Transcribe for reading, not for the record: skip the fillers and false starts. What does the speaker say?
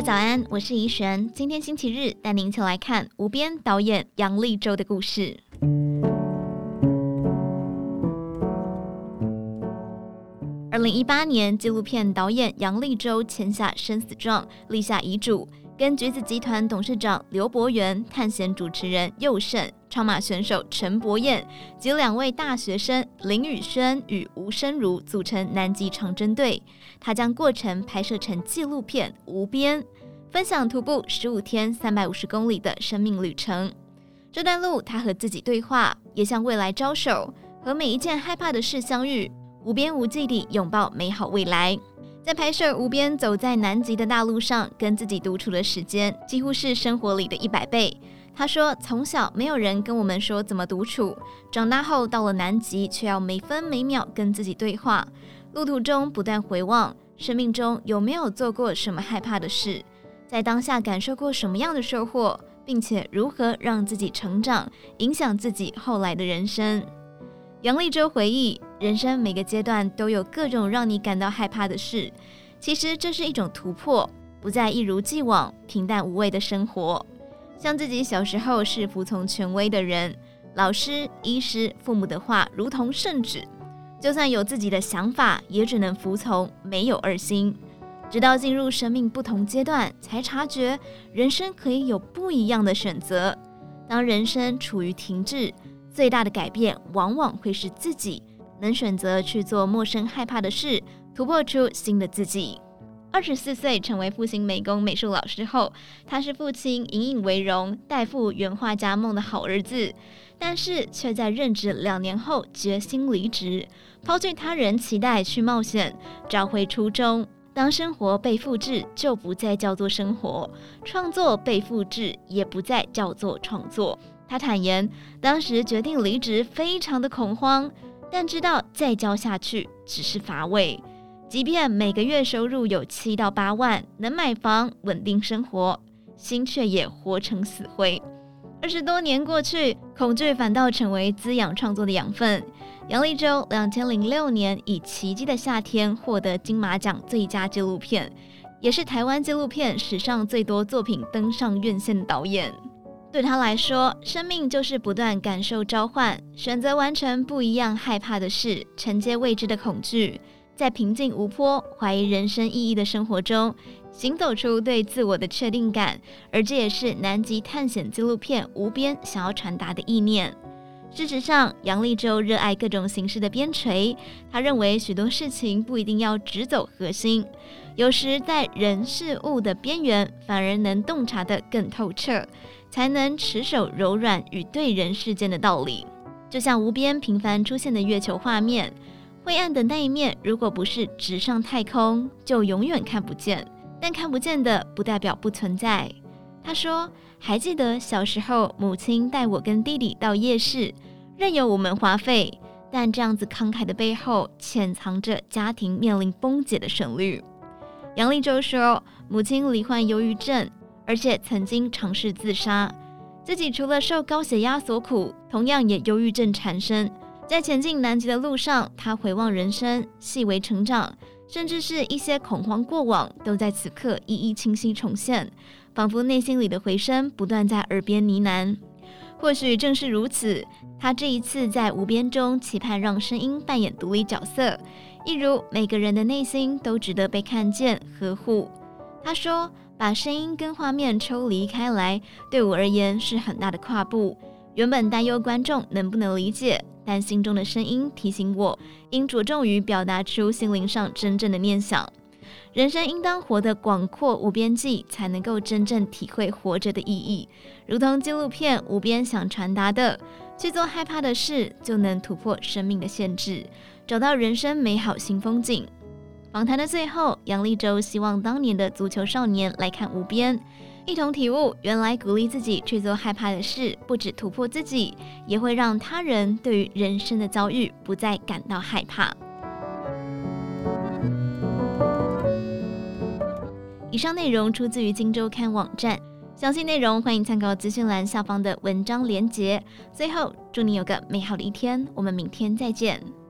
家早安，我是怡璇。今天星期日，带您一起来看无边导演杨力州的故事。2018年，纪录片导演杨力州签下生死状，立下遗嘱，跟橘子集团董事长刘伯元、探险主持人佑胜、超马选手陈柏彦及2位大学生林宇轩与吴生如组成南极长征队。他将过程拍摄成纪录片《无边》，分享徒步15天350公里的生命旅程。这段路，他和自己对话，也向未来招手，和每一件害怕的事相遇，无边无际地拥抱美好未来。在拍摄《无边》走在南极的大路上，跟自己独处的时间几乎是生活里的100倍。他说，从小没有人跟我们说怎么独处，长大后到了南极，却要每分每秒跟自己对话。路途中不断回望，生命中有没有做过什么害怕的事，在当下感受过什么样的收获，并且如何让自己成长，影响自己后来的人生。杨力州回忆，人生每个阶段都有各种让你感到害怕的事，其实这是一种突破，不再一如既往平淡无味的生活。像自己小时候是服从权威的人，老师、医师、父母的话如同圣旨，就算有自己的想法，也只能服从，没有二心。直到进入生命不同阶段，才察觉人生可以有不一样的选择。当人生处于停滞，最大的改变往往会是自己能选择去做陌生害怕的事，突破出新的自己。24岁成为复兴美工美术老师后，他是父亲引以为荣、代父原画家梦的好儿子，但是却在任职2年后决心离职，抛弃他人期待去冒险，找回初衷。当生活被复制，就不再叫做生活；创作被复制，也不再叫做创作。他坦言，当时决定离职非常的恐慌，但知道再教下去只是乏味。即便每个月收入有7到8万，能买房稳定生活，心却也活成死灰。20多年过去，恐惧反倒成为滋养创作的养分。杨力州2006年以《奇迹的夏天》获得金马奖最佳纪录片，也是台湾纪录片史上最多作品登上院线的导演。对他来说，生命就是不断感受召唤，选择完成不一样害怕的事，承接未知的恐惧，在平静无波、怀疑人生意义的生活中，行走出对自我的确定感，而这也是南极探险纪录片《无边》想要传达的意念。事实上，杨力州热爱各种形式的边陲，他认为许多事情不一定要只走核心，有时在人事物的边缘，反而能洞察得更透彻，才能持守柔软与对人世间的道理。就像无边频繁出现的月球画面，灰暗的那一面，如果不是直上太空，就永远看不见。但看不见的不代表不存在。他说，还记得小时候，母亲带我跟弟弟到夜市，任由我们花费，但这样子慷慨的背后，潜藏着家庭面临崩解的旋律。杨力州说，母亲罹患忧郁症，而且曾经尝试自杀。自己除了受高血压所苦，同样也忧郁症缠身。在前进南极的路上，他回望人生，细微成长，甚至是一些恐慌过往，都在此刻一一清晰重现，仿佛内心里的回声不断在耳边呢喃。或许正是如此，他这一次在无边中期盼让声音扮演独立角色，一如每个人的内心都值得被看见、呵护。他说，把声音跟画面抽离开来，对我而言是很大的跨步。原本担忧观众能不能理解，但心中的声音提醒我，应着重于表达出心灵上真正的念想。人生应当活得广阔无边际，才能够真正体会活着的意义。如同纪录片《无边》想传达的，去做害怕的事，就能突破生命的限制，找到人生美好新风景。访谈的最后，杨力州希望当年的足球少年来看《无边》，一同体悟，原来鼓励自己去做害怕的事，不只突破自己，也会让他人对于人生的遭遇不再感到害怕。以上内容出自于今周刊网站，详细内容欢迎参考资讯栏下方的文章连结。最后，祝你有个美好的一天，我们明天再见。